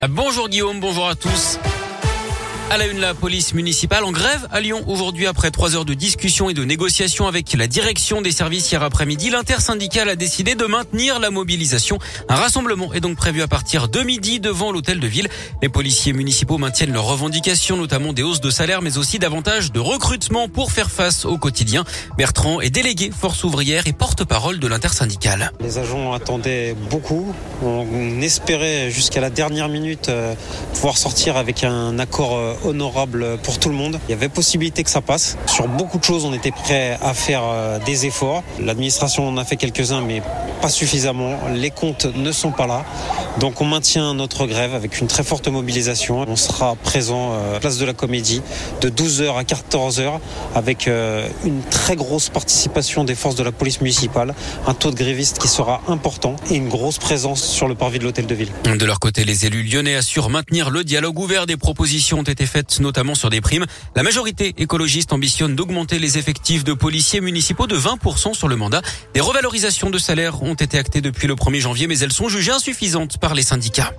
Bonjour Guillaume, bonjour à tous. À la une, la police municipale en grève à Lyon aujourd'hui après 3 heures de discussion et de négociation avec la direction des services hier après-midi. L'intersyndicale a décidé de maintenir la mobilisation. Un rassemblement est donc prévu à partir de midi devant l'hôtel de ville. Les policiers municipaux maintiennent leurs revendications, notamment des hausses de salaire, mais aussi davantage de recrutement pour faire face au quotidien. Bertrand est délégué force ouvrière et porte-parole de l'intersyndicale. Les agents attendaient beaucoup. On espérait jusqu'à la dernière minute pouvoir sortir avec un accord honorable pour tout le monde. Il y avait possibilité que ça passe. Sur beaucoup de choses, on était prêt à faire des efforts. L'administration en a fait quelques-uns, mais pas suffisamment. Les comptes ne sont pas là. Donc on maintient notre grève avec une très forte mobilisation. On sera présent place de la Comédie de 12h à 14h avec une très grosse participation des forces de la police municipale, un taux de grévistes qui sera important et une grosse présence sur le parvis de l'hôtel de ville. De leur côté, les élus lyonnais assurent maintenir le dialogue ouvert. Des propositions ont été faites notamment sur des primes. La majorité écologiste ambitionne d'augmenter les effectifs de policiers municipaux de 20% sur le mandat. Des revalorisations de salaire ont été actées depuis le 1er janvier, mais elles sont jugées insuffisantes par les syndicats.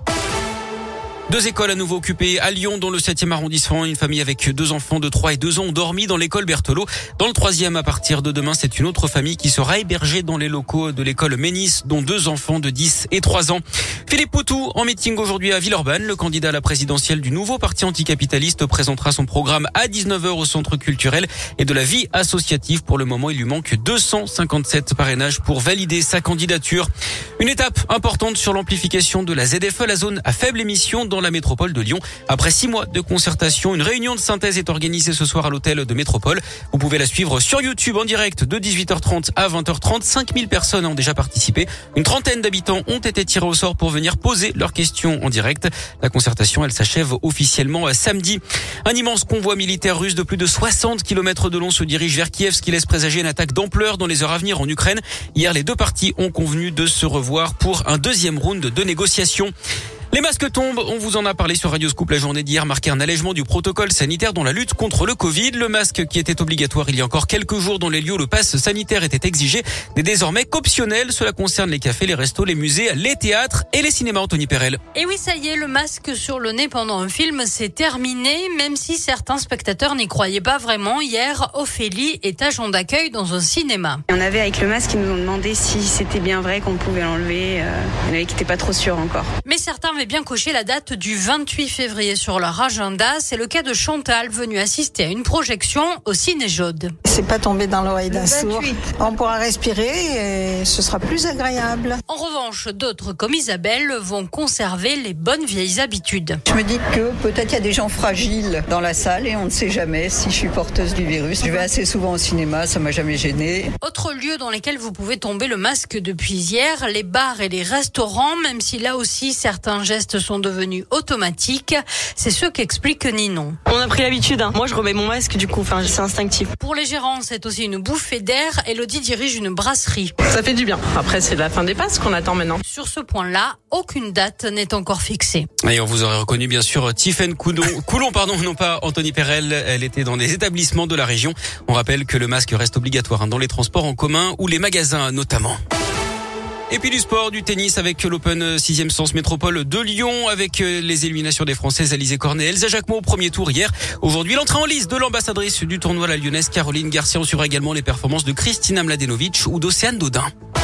2 écoles à nouveau occupées à Lyon, dans le 7e arrondissement. Une famille avec 2 enfants de 3 et 2 ans ont dormi dans l'école Berthelot. Dans le 3e, à partir de demain, c'est une autre famille qui sera hébergée dans les locaux de l'école Ménis, dont 2 enfants de 10 et 3 ans. Philippe Poutou, en meeting aujourd'hui à Villeurbanne. Le candidat à la présidentielle du nouveau parti anticapitaliste présentera son programme à 19h au centre culturel et de la vie associative. Pour le moment, il lui manque 257 parrainages pour valider sa candidature. Une étape importante sur l'amplification de la ZFE, la zone à faible émission dans la métropole de Lyon. Après 6 mois de concertation, une réunion de synthèse est organisée ce soir à l'hôtel de Métropole. Vous pouvez la suivre sur YouTube en direct de 18h30 à 20h30. 5000 personnes ont déjà participé. Une trentaine d'habitants ont été tirés au sort pour venir poser leurs questions en direct. La concertation, elle s'achève officiellement samedi. Un immense convoi militaire russe de plus de 60 km de long se dirige vers Kiev, ce qui laisse présager une attaque d'ampleur dans les heures à venir en Ukraine. Hier, les 2 parties ont convenu de se revoir pour un 2e round de négociations. Les masques tombent, on vous en a parlé sur Radio Scoop. La journée d'hier marquait un allègement du protocole sanitaire dans la lutte contre le Covid. Le masque qui était obligatoire il y a encore quelques jours dans les lieux où le pass sanitaire était exigé n'est désormais qu'optionnel. Cela concerne les cafés, les restos, les musées, les théâtres et les cinémas. Anthony Perel. Et oui, ça y est, le masque sur le nez pendant un film, c'est terminé, même si certains spectateurs n'y croyaient pas vraiment. Hier, Ophélie est agent d'accueil dans un cinéma. On avait avec le masque, ils nous ont demandé si c'était bien vrai qu'on pouvait l'enlever. Il y en avait qui n'étaient pas trop sûrs encore. Mais certains avaient bien coché la date du 28 février sur leur agenda. C'est le cas de Chantal, venue assister à une projection au Ciné Jaude. C'est pas tombé dans l'oreille d'un sourd. On pourra respirer et ce sera plus agréable. En revanche, d'autres comme Isabelle vont conserver les bonnes vieilles habitudes. Je me dis que peut-être il y a des gens fragiles dans la salle et on ne sait jamais si je suis porteuse du virus. Je vais assez souvent au cinéma, ça m'a jamais gênée. Autre lieu dans lesquels vous pouvez tomber le masque depuis hier, les bars et les restaurants, même si là aussi certains gestes sont devenus automatiques. C'est ce qu'explique Ninon. On a pris l'habitude. Moi, je remets mon masque du coup. C'est instinctif. Pour les gérants, c'est aussi une bouffée d'air. Elodie dirige une brasserie. Ça fait du bien. Après, c'est la fin des passes qu'on attend maintenant. Sur ce point-là, aucune date n'est encore fixée. Et on vous aurait reconnu bien sûr Tiffaine Coulon, non pas Anthony Perel. Elle était dans les établissements de la région. On rappelle que le masque reste obligatoire dans les transports en commun ou les magasins notamment. Et puis du sport, du tennis avec l'Open 6e Sens Métropole de Lyon avec les éliminations des Françaises Alizé Cornet et Elsa Jacquemot au premier tour hier. Aujourd'hui, l'entrée en lice de l'ambassadrice du tournoi, la lyonnaise Caroline Garcia. On suivra également les performances de Kristina Mladenovic ou d'Océane Dodin.